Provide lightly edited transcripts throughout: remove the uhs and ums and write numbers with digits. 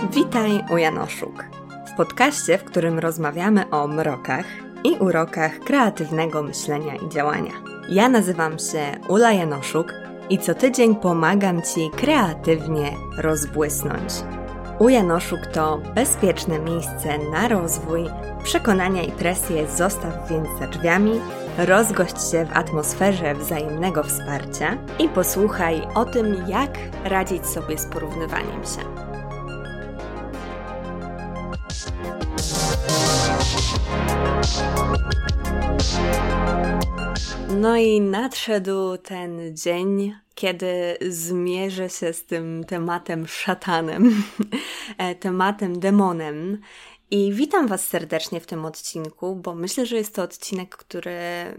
Witaj u Janoszuk, w podcaście, w którym rozmawiamy o mrokach i urokach kreatywnego myślenia i działania. Ja nazywam się Ula Janoszuk i co tydzień pomagam Ci kreatywnie rozbłysnąć. U Janoszuk to bezpieczne miejsce na rozwój, przekonania i presję zostaw więc za drzwiami, rozgość się w atmosferze wzajemnego wsparcia i posłuchaj o tym, jak radzić sobie z porównywaniem się. No i nadszedł ten dzień, kiedy zmierzę się z tym tematem szatanem, tematem demonem. I witam Was serdecznie w tym odcinku, bo myślę, że jest to odcinek, który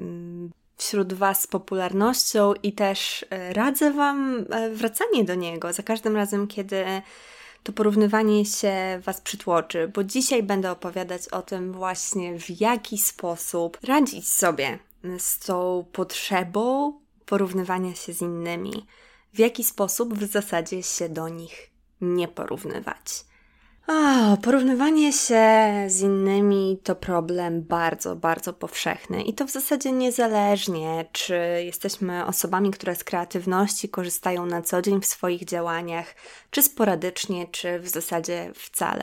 wśród Was z popularnością i też radzę Wam wracanie do niego za każdym razem, kiedy to porównywanie się Was przytłoczy, bo dzisiaj będę opowiadać o tym właśnie, w jaki sposób radzić sobie z tą potrzebą porównywania się z innymi, w jaki sposób w zasadzie się do nich nie porównywać. Porównywanie się z innymi to problem bardzo, bardzo powszechny i to w zasadzie niezależnie, czy jesteśmy osobami, które z kreatywności korzystają na co dzień w swoich działaniach, czy sporadycznie, czy w zasadzie wcale.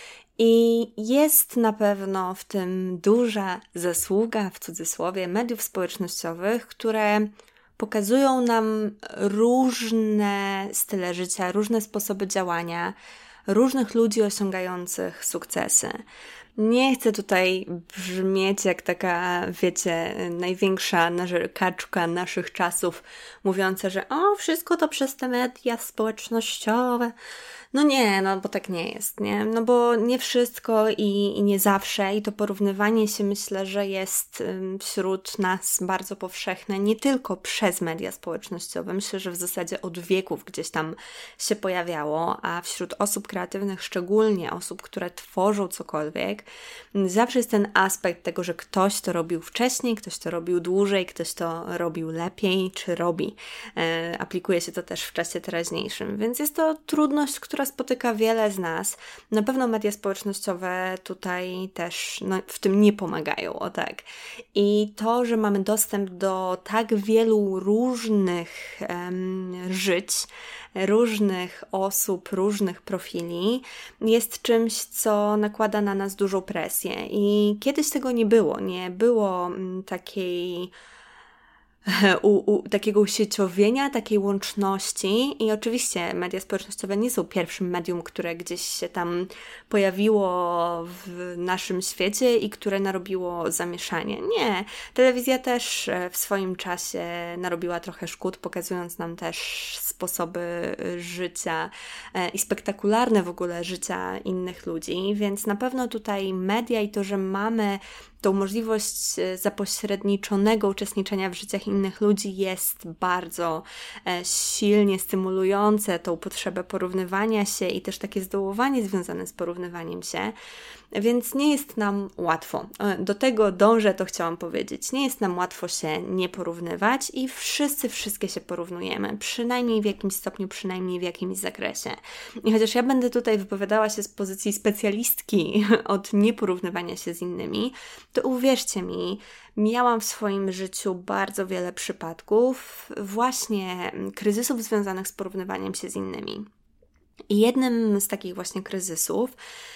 I jest na pewno w tym duża zasługa, w cudzysłowie, mediów społecznościowych, które pokazują nam różne style życia, różne sposoby działania, różnych ludzi osiągających sukcesy. Nie chcę tutaj brzmieć jak taka, wiecie, największa narzekaczka naszych czasów, mówiąca, że wszystko to przez te media społecznościowe. No nie, bo tak nie jest, nie? No bo nie wszystko i nie zawsze i to porównywanie się myślę, że jest wśród nas bardzo powszechne, nie tylko przez media społecznościowe. Myślę, że w zasadzie od wieków gdzieś tam się pojawiało, a wśród osób kreatywnych, szczególnie osób, które tworzą cokolwiek, zawsze jest ten aspekt tego, że ktoś to robił wcześniej, ktoś to robił dłużej, ktoś to robił lepiej, czy robi. Aplikuje się to też w czasie teraźniejszym, więc jest to trudność, która spotyka wiele z nas. Na pewno media społecznościowe tutaj też w tym nie pomagają, o tak. I to, że mamy dostęp do tak wielu różnych żyć, różnych osób, różnych profili, jest czymś, co nakłada na nas dużą presję. I kiedyś tego nie było. Nie było takiego usieciowienia, takiej łączności i oczywiście media społecznościowe nie są pierwszym medium, które gdzieś się tam pojawiło w naszym świecie i które narobiło zamieszanie. Nie, telewizja też w swoim czasie narobiła trochę szkód, pokazując nam też sposoby życia i spektakularne w ogóle życia innych ludzi, więc na pewno tutaj media i to, że mamy tą możliwość zapośredniczonego uczestniczenia w życiach innych ludzi jest bardzo silnie stymulujące tą potrzebę porównywania się i też takie zdołowanie związane z porównywaniem się, więc nie jest nam łatwo. Do tego dążę, to chciałam powiedzieć. Nie jest nam łatwo się nie porównywać i wszystkie się porównujemy, przynajmniej w jakimś stopniu, przynajmniej w jakimś zakresie. I chociaż ja będę tutaj wypowiadała się z pozycji specjalistki od nieporównywania się z innymi, to uwierzcie mi, miałam w swoim życiu bardzo wiele przypadków właśnie kryzysów związanych z porównywaniem się z innymi. I jednym z takich właśnie kryzysów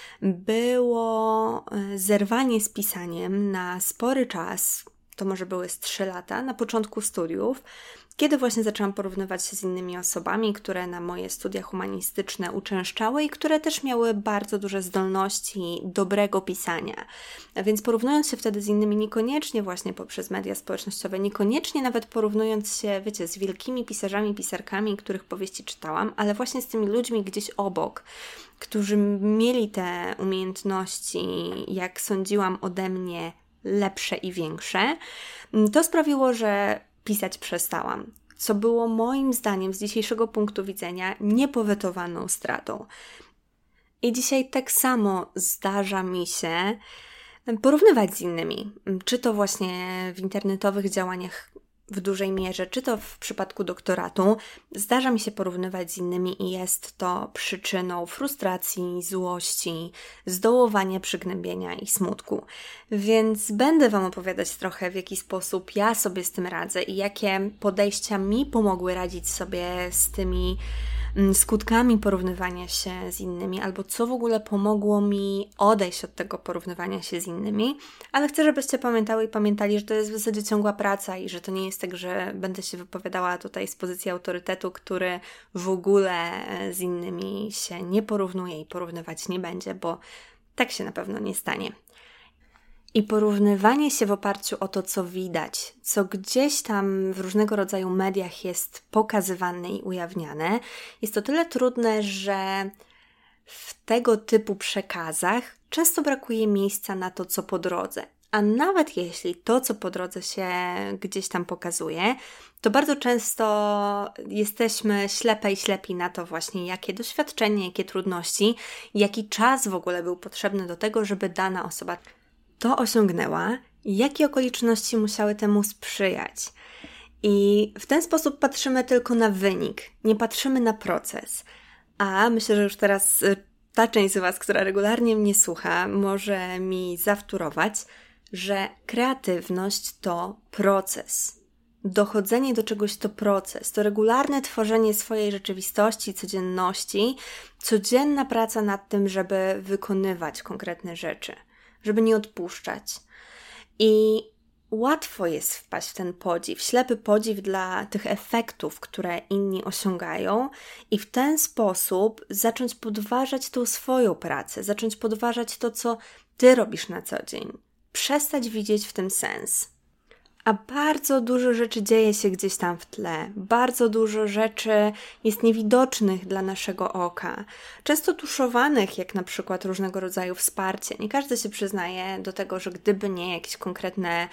było zerwanie z pisaniem na spory czas, to może były z 3 lata, na początku studiów, kiedy właśnie zaczęłam porównywać się z innymi osobami, które na moje studia humanistyczne uczęszczały i które też miały bardzo duże zdolności dobrego pisania. A więc porównując się wtedy z innymi, niekoniecznie właśnie poprzez media społecznościowe, niekoniecznie nawet porównując się, wiecie, z wielkimi pisarzami, pisarkami, których powieści czytałam, ale właśnie z tymi ludźmi gdzieś obok, którzy mieli te umiejętności, jak sądziłam, ode mnie lepsze i większe, to sprawiło, że pisać przestałam, co było moim zdaniem z dzisiejszego punktu widzenia niepowetowaną stratą. I dzisiaj tak samo zdarza mi się porównywać z innymi, czy to właśnie w internetowych działaniach w dużej mierze, czy to w przypadku doktoratu, zdarza mi się porównywać z innymi i jest to przyczyną frustracji, złości, zdołowania, przygnębienia i smutku. Więc będę Wam opowiadać trochę, w jaki sposób ja sobie z tym radzę i jakie podejścia mi pomogły radzić sobie z tymi skutkami porównywania się z innymi, albo co w ogóle pomogło mi odejść od tego porównywania się z innymi, ale chcę, żebyście pamiętały i pamiętali, że to jest w zasadzie ciągła praca i że to nie jest tak, że będę się wypowiadała tutaj z pozycji autorytetu, który w ogóle z innymi się nie porównuje i porównywać nie będzie, bo tak się na pewno nie stanie. I porównywanie się w oparciu o to, co widać, co gdzieś tam w różnego rodzaju mediach jest pokazywane i ujawniane, jest to tyle trudne, że w tego typu przekazach często brakuje miejsca na to, co po drodze. A nawet jeśli to, co po drodze się gdzieś tam pokazuje, to bardzo często jesteśmy ślepe i ślepi na to właśnie, jakie doświadczenie, jakie trudności, jaki czas w ogóle był potrzebny do tego, żeby dana osoba to osiągnęła i jakie okoliczności musiały temu sprzyjać. I w ten sposób patrzymy tylko na wynik, nie patrzymy na proces. A myślę, że już teraz ta część z Was, która regularnie mnie słucha, może mi zawtórować, że kreatywność to proces. Dochodzenie do czegoś to proces, to regularne tworzenie swojej rzeczywistości, codzienności, codzienna praca nad tym, żeby wykonywać konkretne rzeczy, żeby nie odpuszczać. I łatwo jest wpaść w ten podziw, ślepy podziw dla tych efektów, które inni osiągają i w ten sposób zacząć podważać tą swoją pracę, zacząć podważać to, co Ty robisz na co dzień. Przestać widzieć w tym sens. A bardzo dużo rzeczy dzieje się gdzieś tam w tle. Bardzo dużo rzeczy jest niewidocznych dla naszego oka. Często tuszowanych, jak na przykład różnego rodzaju wsparcie. Nie każdy się przyznaje do tego, że gdyby nie jakieś konkretne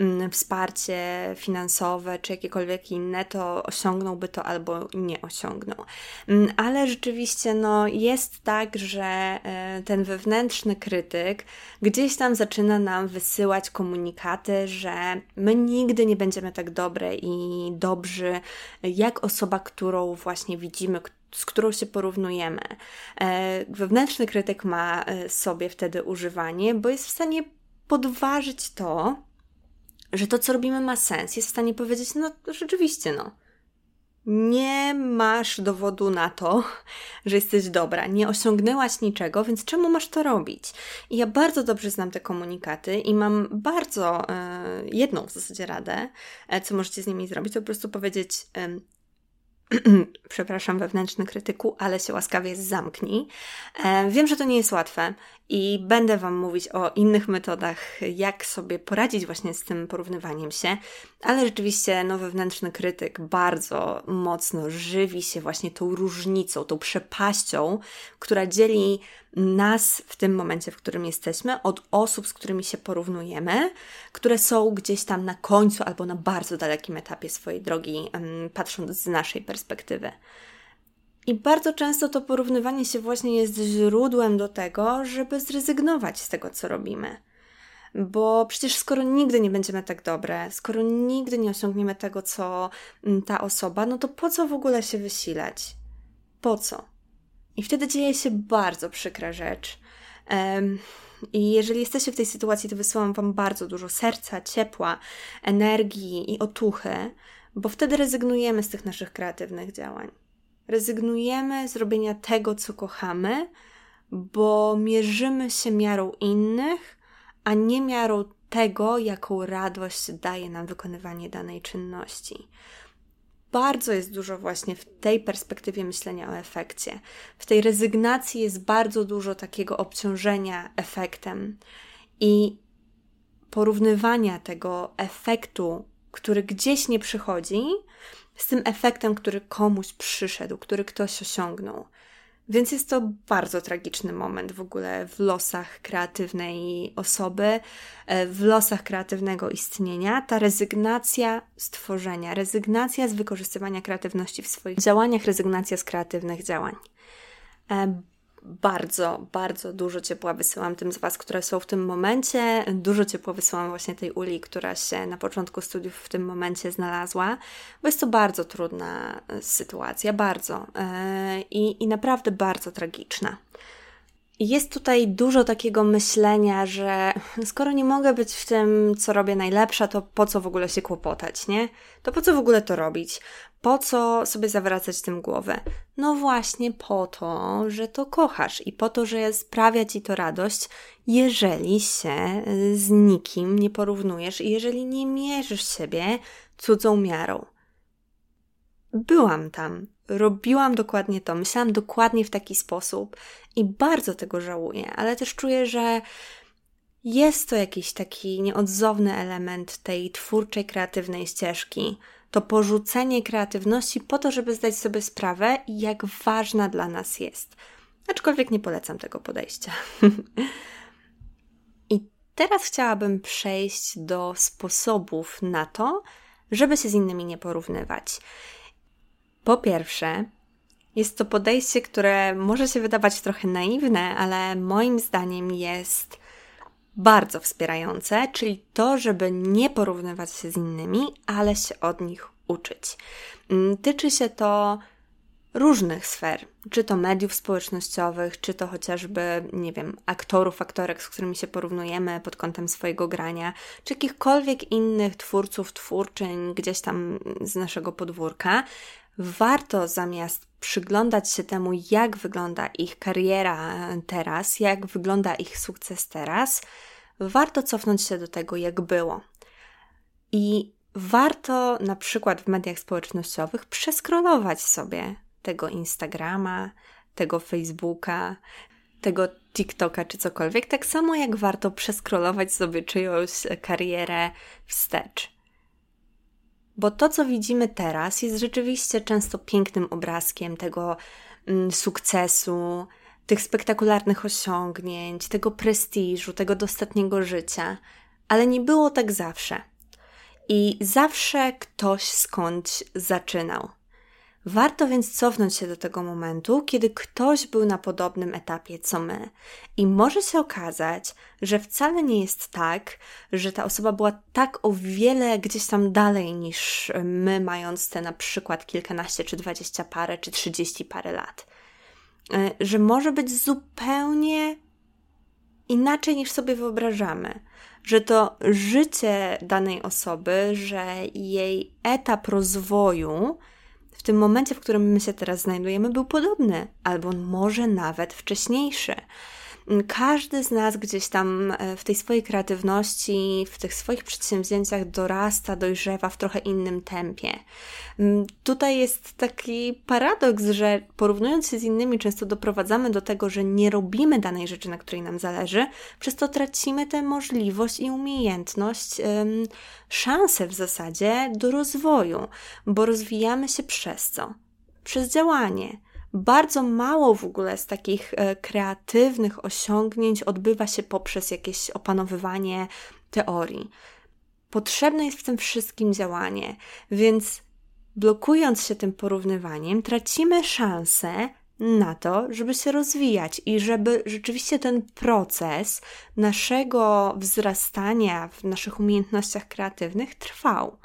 wsparcie finansowe czy jakiekolwiek inne, to osiągnąłby to albo nie osiągnął. Ale rzeczywiście jest tak, że ten wewnętrzny krytyk gdzieś tam zaczyna nam wysyłać komunikaty, że my nigdy nie będziemy tak dobre i dobrzy jak osoba, którą właśnie widzimy, z którą się porównujemy. Wewnętrzny krytyk ma sobie wtedy używanie, bo jest w stanie podważyć to, że to, co robimy, ma sens. Jest w stanie powiedzieć, rzeczywiście, nie masz dowodu na to, że jesteś dobra, nie osiągnęłaś niczego, więc czemu masz to robić? I ja bardzo dobrze znam te komunikaty i mam bardzo jedną w zasadzie radę, co możecie z nimi zrobić, to po prostu powiedzieć przepraszam, wewnętrzny krytyku, ale się łaskawie zamknij. Wiem, że to nie jest łatwe i będę Wam mówić o innych metodach, jak sobie poradzić właśnie z tym porównywaniem się, ale rzeczywiście wewnętrzny krytyk bardzo mocno żywi się właśnie tą różnicą, tą przepaścią, która dzieli nas w tym momencie, w którym jesteśmy, od osób, z którymi się porównujemy, które są gdzieś tam na końcu albo na bardzo dalekim etapie swojej drogi, patrząc z naszej perspektywy. I bardzo często to porównywanie się właśnie jest źródłem do tego, żeby zrezygnować z tego, co robimy. Bo przecież skoro nigdy nie będziemy tak dobre, skoro nigdy nie osiągniemy tego, co ta osoba, to po co w ogóle się wysilać? Po co? I wtedy dzieje się bardzo przykra rzecz. I jeżeli jesteście w tej sytuacji, to wysyłam Wam bardzo dużo serca, ciepła, energii i otuchy, bo wtedy rezygnujemy z tych naszych kreatywnych działań. Rezygnujemy z robienia tego, co kochamy, bo mierzymy się miarą innych, a nie miarą tego, jaką radość daje nam wykonywanie danej czynności. Bardzo jest dużo właśnie w tej perspektywie myślenia o efekcie. W tej rezygnacji jest bardzo dużo takiego obciążenia efektem i porównywania tego efektu, który gdzieś nie przychodzi, z tym efektem, który komuś przyszedł, który ktoś osiągnął. Więc jest to bardzo tragiczny moment w ogóle w losach kreatywnej osoby, w losach kreatywnego istnienia. Ta rezygnacja z tworzenia, rezygnacja z wykorzystywania kreatywności w swoich działaniach, rezygnacja z kreatywnych działań. bardzo, bardzo dużo ciepła wysyłam tym z Was, które są w tym momencie. Dużo ciepła wysyłam właśnie tej Uli, która się na początku studiów w tym momencie znalazła, bo jest to bardzo trudna sytuacja, bardzo i naprawdę bardzo tragiczna. Jest tutaj dużo takiego myślenia, że skoro nie mogę być w tym, co robię najlepsza, to po co w ogóle się kłopotać, nie? To po co w ogóle to robić? Po co sobie zawracać tym głowę? No właśnie po to, że to kochasz i po to, że sprawia Ci to radość, jeżeli się z nikim nie porównujesz i jeżeli nie mierzysz siebie cudzą miarą. Byłam tam, robiłam dokładnie to, myślałam dokładnie w taki sposób i bardzo tego żałuję, ale też czuję, że jest to jakiś taki nieodzowny element tej twórczej, kreatywnej ścieżki. To porzucenie kreatywności po to, żeby zdać sobie sprawę, jak ważna dla nas jest. Aczkolwiek nie polecam tego podejścia. I teraz chciałabym przejść do sposobów na to, żeby się z innymi nie porównywać. Po pierwsze, jest to podejście, które może się wydawać trochę naiwne, ale moim zdaniem jest bardzo wspierające, czyli to, żeby nie porównywać się z innymi, ale się od nich uczyć. Tyczy się to różnych sfer, czy to mediów społecznościowych, czy to chociażby, nie wiem, aktorów, aktorek, z którymi się porównujemy pod kątem swojego grania, czy jakichkolwiek innych twórców, twórczyń gdzieś tam z naszego podwórka. Warto zamiast przyglądać się temu, jak wygląda ich kariera teraz, jak wygląda ich sukces teraz, warto cofnąć się do tego, jak było. I warto na przykład w mediach społecznościowych przeskrolować sobie tego Instagrama, tego Facebooka, tego TikToka czy cokolwiek, tak samo jak warto przeskrolować sobie czyjąś karierę wstecz. Bo to, co widzimy teraz, jest rzeczywiście często pięknym obrazkiem tego sukcesu, tych spektakularnych osiągnięć, tego prestiżu, tego dostatniego życia. Ale nie było tak zawsze. I zawsze ktoś skądś zaczynał. Warto więc cofnąć się do tego momentu, kiedy ktoś był na podobnym etapie co my. I może się okazać, że wcale nie jest tak, że ta osoba była tak o wiele gdzieś tam dalej niż my, mając te na przykład kilkanaście, czy 20 parę, czy 30 parę lat. Że może być zupełnie inaczej niż sobie wyobrażamy. Że to życie danej osoby, że jej etap rozwoju w tym momencie, w którym my się teraz znajdujemy, był podobny, albo może nawet wcześniejszy. Każdy z nas gdzieś tam w tej swojej kreatywności, w tych swoich przedsięwzięciach dorasta, dojrzewa w trochę innym tempie. Tutaj jest taki paradoks, że porównując się z innymi często doprowadzamy do tego, że nie robimy danej rzeczy, na której nam zależy, przez to tracimy tę możliwość i umiejętność, szansę w zasadzie do rozwoju, bo rozwijamy się przez co? Przez działanie. Bardzo mało w ogóle z takich kreatywnych osiągnięć odbywa się poprzez jakieś opanowywanie teorii. Potrzebne jest w tym wszystkim działanie, więc blokując się tym porównywaniem, tracimy szansę na to, żeby się rozwijać i żeby rzeczywiście ten proces naszego wzrastania w naszych umiejętnościach kreatywnych trwał.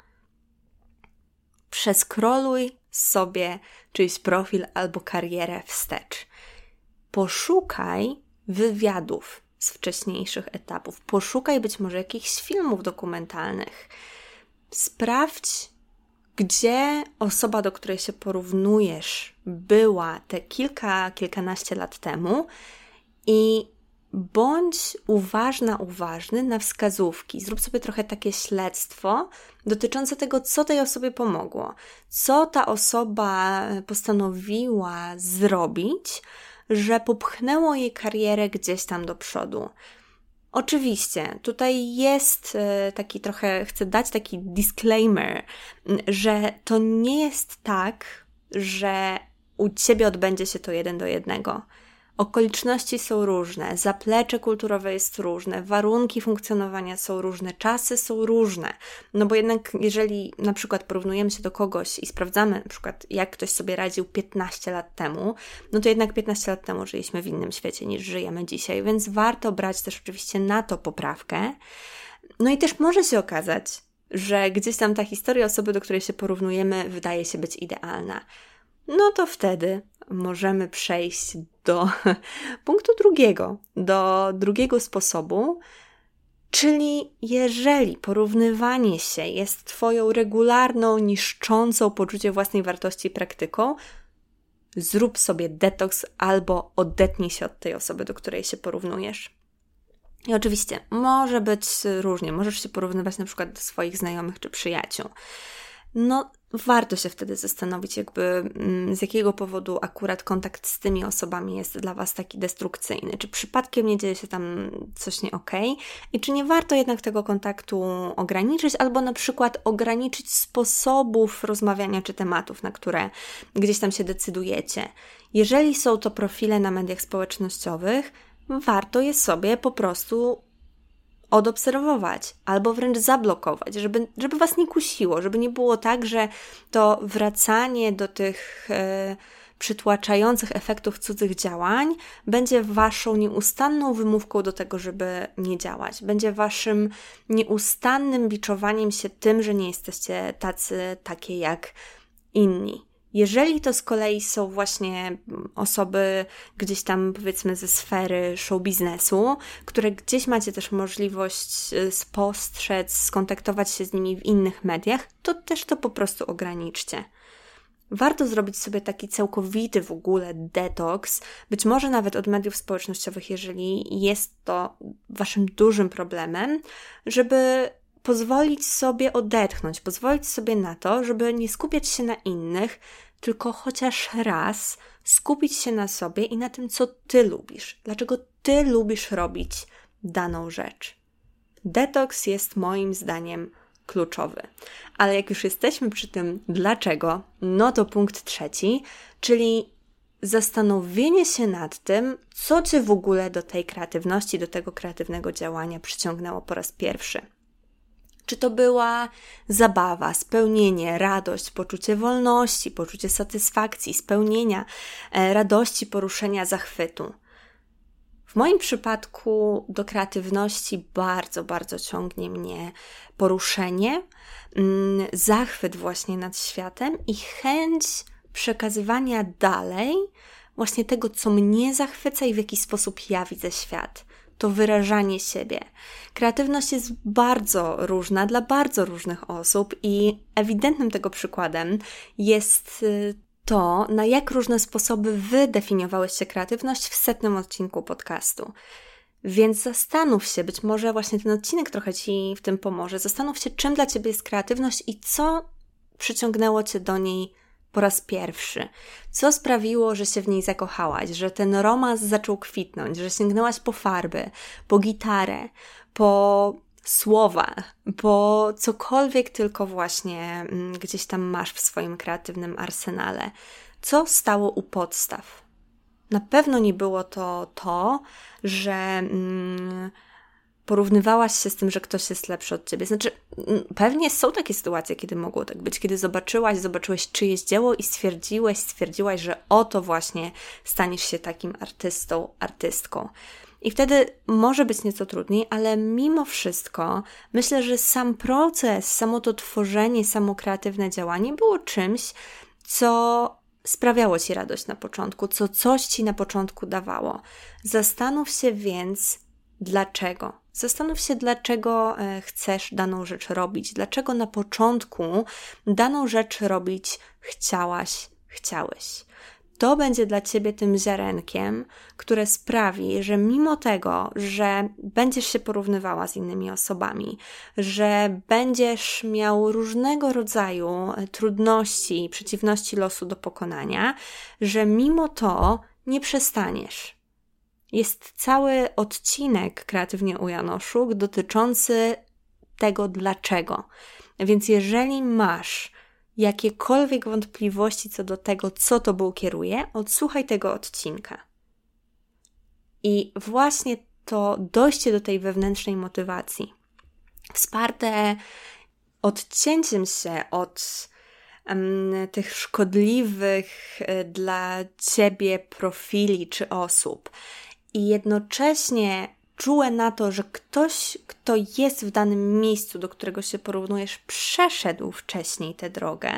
Przeskroluj sobie czyjś profil albo karierę wstecz. Poszukaj wywiadów z wcześniejszych etapów. Poszukaj być może jakichś filmów dokumentalnych. Sprawdź, gdzie osoba, do której się porównujesz, była te kilkanaście lat temu i bądź uważny na wskazówki. Zrób sobie trochę takie śledztwo dotyczące tego, co tej osobie pomogło. Co ta osoba postanowiła zrobić, że popchnęło jej karierę gdzieś tam do przodu. Oczywiście, tutaj jest taki trochę, chcę dać taki disclaimer, że to nie jest tak, że u Ciebie odbędzie się to 1:1. Okoliczności są różne, zaplecze kulturowe jest różne, warunki funkcjonowania są różne, czasy są różne. No bo jednak jeżeli na przykład porównujemy się do kogoś i sprawdzamy na przykład jak ktoś sobie radził 15 lat temu, no to jednak 15 lat temu żyliśmy w innym świecie niż żyjemy dzisiaj, więc warto brać też oczywiście na to poprawkę. No i też może się okazać, że gdzieś tam ta historia osoby, do której się porównujemy, wydaje się być idealna. No to wtedy możemy przejść do punktu drugiego, do drugiego sposobu, czyli jeżeli porównywanie się jest Twoją regularną, niszczącą poczucie własnej wartości praktyką, zrób sobie detoks albo odetnij się od tej osoby, do której się porównujesz. I oczywiście może być różnie, możesz się porównywać na przykład do swoich znajomych czy przyjaciół. No, warto się wtedy zastanowić, z jakiego powodu akurat kontakt z tymi osobami jest dla Was taki destrukcyjny. Czy przypadkiem nie dzieje się tam coś nie okej? I czy nie warto jednak tego kontaktu ograniczyć, albo na przykład ograniczyć sposobów rozmawiania czy tematów, na które gdzieś tam się decydujecie. Jeżeli są to profile na mediach społecznościowych, warto je sobie po prostu odobserwować albo wręcz zablokować, żeby Was nie kusiło, żeby nie było tak, że to wracanie do tych przytłaczających efektów cudzych działań będzie Waszą nieustanną wymówką do tego, żeby nie działać. Będzie Waszym nieustannym biczowaniem się tym, że nie jesteście takie jak inni. Jeżeli to z kolei są właśnie osoby gdzieś tam powiedzmy ze sfery show biznesu, które gdzieś macie też możliwość spostrzec, skontaktować się z nimi w innych mediach, to też to po prostu ograniczcie. Warto zrobić sobie taki całkowity w ogóle detoks, być może nawet od mediów społecznościowych, jeżeli jest to Waszym dużym problemem, żeby pozwolić sobie odetchnąć, pozwolić sobie na to, żeby nie skupiać się na innych, tylko chociaż raz skupić się na sobie i na tym, co Ty lubisz. Dlaczego Ty lubisz robić daną rzecz. Detoks jest moim zdaniem kluczowy. Ale jak już jesteśmy przy tym dlaczego, no to punkt trzeci, czyli zastanowienie się nad tym, co Cię w ogóle do tej kreatywności, do tego kreatywnego działania przyciągnęło po raz pierwszy. Czy to była zabawa, spełnienie, radość, poczucie wolności, poczucie satysfakcji, spełnienia, radości, poruszenia, zachwytu. W moim przypadku do kreatywności bardzo, bardzo ciągnie mnie poruszenie, zachwyt właśnie nad światem i chęć przekazywania dalej właśnie tego, co mnie zachwyca i w jaki sposób ja widzę świat. To wyrażanie siebie. Kreatywność jest bardzo różna dla bardzo różnych osób i ewidentnym tego przykładem jest to, na jak różne sposoby Wy definiowałyście kreatywność w 100. odcinku podcastu. Więc zastanów się, być może właśnie ten odcinek trochę Ci w tym pomoże. Zastanów się, czym dla Ciebie jest kreatywność i co przyciągnęło Cię do niej po raz pierwszy. Co sprawiło, że się w niej zakochałaś, że ten romans zaczął kwitnąć, że sięgnęłaś po farby, po gitarę, po słowa, po cokolwiek tylko właśnie gdzieś tam masz w swoim kreatywnym arsenale. Co stało u podstaw? Na pewno nie było to, że porównywałaś się z tym, że ktoś jest lepszy od Ciebie. Znaczy, pewnie są takie sytuacje, kiedy mogło tak być, kiedy zobaczyłeś czyjeś dzieło i stwierdziłaś, że oto właśnie staniesz się takim artystką. I wtedy może być nieco trudniej, ale mimo wszystko myślę, że sam proces, samo to tworzenie, samo kreatywne działanie było czymś, co sprawiało Ci radość na początku, co coś Ci na początku dawało. Zastanów się więc, dlaczego. Zastanów się, dlaczego chcesz daną rzecz robić, dlaczego na początku daną rzecz robić chciałeś. To będzie dla Ciebie tym ziarenkiem, które sprawi, że mimo tego, że będziesz się porównywała z innymi osobami, że będziesz miał różnego rodzaju trudności i przeciwności losu do pokonania, że mimo to nie przestaniesz. Jest cały odcinek Kreatywnie u Janoszuk dotyczący tego dlaczego. Więc jeżeli masz jakiekolwiek wątpliwości co do tego, co Tobą kieruje, odsłuchaj tego odcinka. I właśnie to dojście do tej wewnętrznej motywacji, wsparte odcięciem się od tych szkodliwych dla Ciebie profili czy osób i jednocześnie czułe na to, że ktoś, kto jest w danym miejscu, do którego się porównujesz, przeszedł wcześniej tę drogę,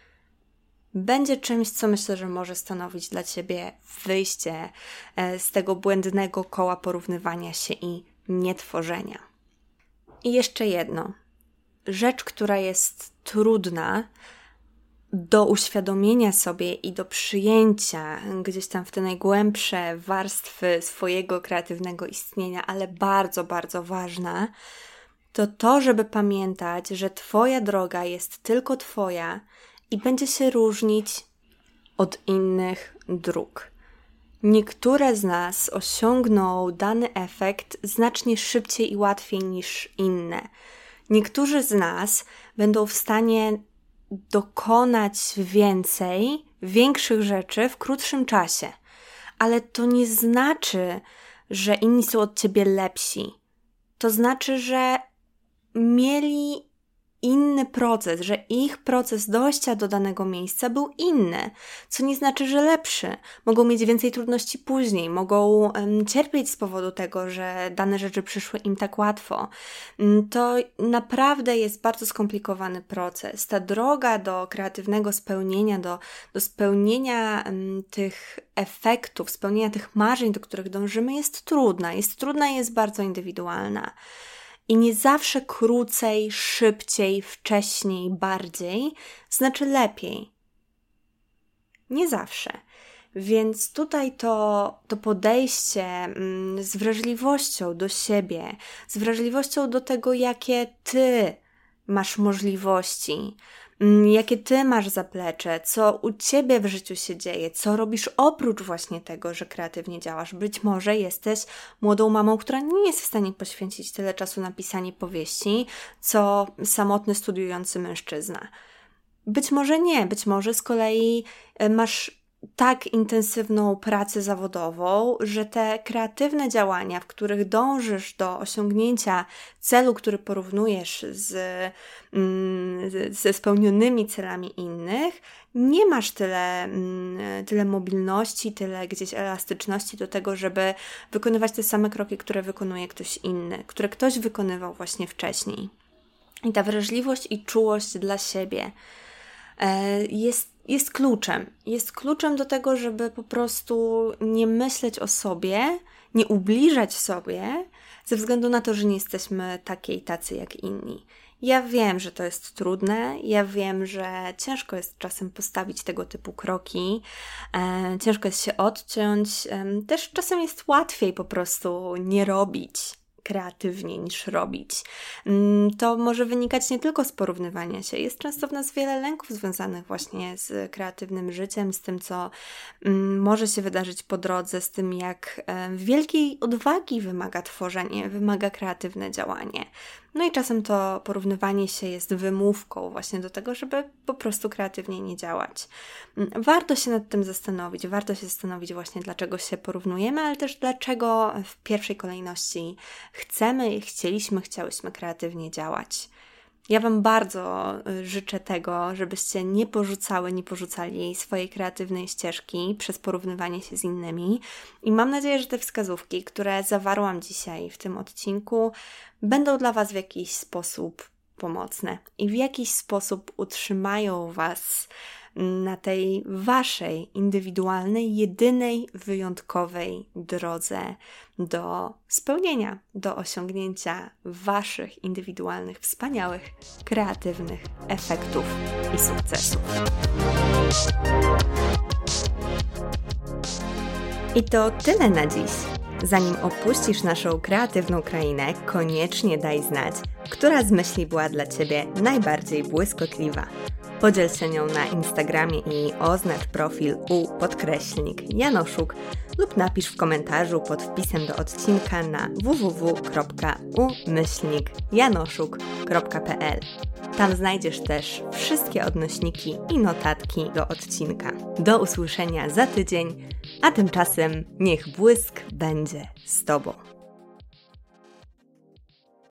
będzie czymś, co myślę, że może stanowić dla Ciebie wyjście z tego błędnego koła porównywania się i nietworzenia. I jeszcze jedno. Rzecz, która jest trudna do uświadomienia sobie i do przyjęcia gdzieś tam w te najgłębsze warstwy swojego kreatywnego istnienia, ale bardzo, bardzo ważna, to, żeby pamiętać, że Twoja droga jest tylko Twoja i będzie się różnić od innych dróg. Niektóre z nas osiągną dany efekt znacznie szybciej i łatwiej niż inne. Niektórzy z nas będą w stanie dokonać większych rzeczy w krótszym czasie. Ale to nie znaczy, że inni są od Ciebie lepsi. To znaczy, że mieli inny proces, że ich proces dojścia do danego miejsca był inny, co nie znaczy, że lepszy. Mogą mieć więcej trudności później, mogą cierpieć z powodu tego, że dane rzeczy przyszły im tak łatwo. To naprawdę jest bardzo skomplikowany proces. Ta droga do kreatywnego spełnienia, do spełnienia tych efektów, spełnienia tych marzeń, do których dążymy, jest trudna i jest bardzo indywidualna. I nie zawsze krócej, szybciej, wcześniej, bardziej znaczy lepiej. Nie zawsze. Więc tutaj to podejście z wrażliwością do siebie, z wrażliwością do tego, jakie Ty masz możliwości, jakie Ty masz zaplecze, co u Ciebie w życiu się dzieje, co robisz oprócz właśnie tego, że kreatywnie działasz. Być może jesteś młodą mamą, która nie jest w stanie poświęcić tyle czasu na pisanie powieści, co samotny studiujący mężczyzna. Być może nie, być może z kolei masz tak intensywną pracę zawodową, że te kreatywne działania, w których dążysz do osiągnięcia celu, który porównujesz ze spełnionymi celami innych, nie masz tyle mobilności, tyle gdzieś elastyczności do tego, żeby wykonywać te same kroki, które wykonuje ktoś inny, które ktoś wykonywał właśnie wcześniej. I ta wrażliwość i czułość dla siebie jest kluczem. Jest kluczem do tego, żeby po prostu nie myśleć o sobie, nie ubliżać sobie ze względu na to, że nie jesteśmy takie i tacy jak inni. Ja wiem, że to jest trudne, ja wiem, że ciężko jest czasem postawić tego typu kroki, ciężko jest się odciąć, też czasem jest łatwiej po prostu nie robić kreatywnie niż robić. To może wynikać nie tylko z porównywania się. Jest często w nas wiele lęków związanych właśnie z kreatywnym życiem, z tym, co może się wydarzyć po drodze, z tym, jak wielkiej odwagi wymaga tworzenie, wymaga kreatywne działanie. No i czasem to porównywanie się jest wymówką właśnie do tego, żeby po prostu kreatywnie nie działać. Warto się nad tym zastanowić, właśnie dlaczego się porównujemy, ale też dlaczego w pierwszej kolejności chciałyśmy kreatywnie działać. Ja Wam bardzo życzę tego, żebyście nie porzucali swojej kreatywnej ścieżki przez porównywanie się z innymi i mam nadzieję, że te wskazówki, które zawarłam dzisiaj w tym odcinku, będą dla Was w jakiś sposób pomocne i w jakiś sposób utrzymają Was na tej Waszej indywidualnej, jedynej, wyjątkowej drodze do spełnienia, do osiągnięcia Waszych indywidualnych, wspaniałych, kreatywnych efektów i sukcesów. I to tyle na dziś. Zanim opuścisz naszą kreatywną krainę, koniecznie daj znać, która z myśli była dla Ciebie najbardziej błyskotliwa. Podziel się nią na Instagramie i oznacz profil _Janoszuk lub napisz w komentarzu pod wpisem do odcinka na www.u-janoszuk.pl. Tam znajdziesz też wszystkie odnośniki i notatki do odcinka. Do usłyszenia za tydzień, a tymczasem niech błysk będzie z Tobą.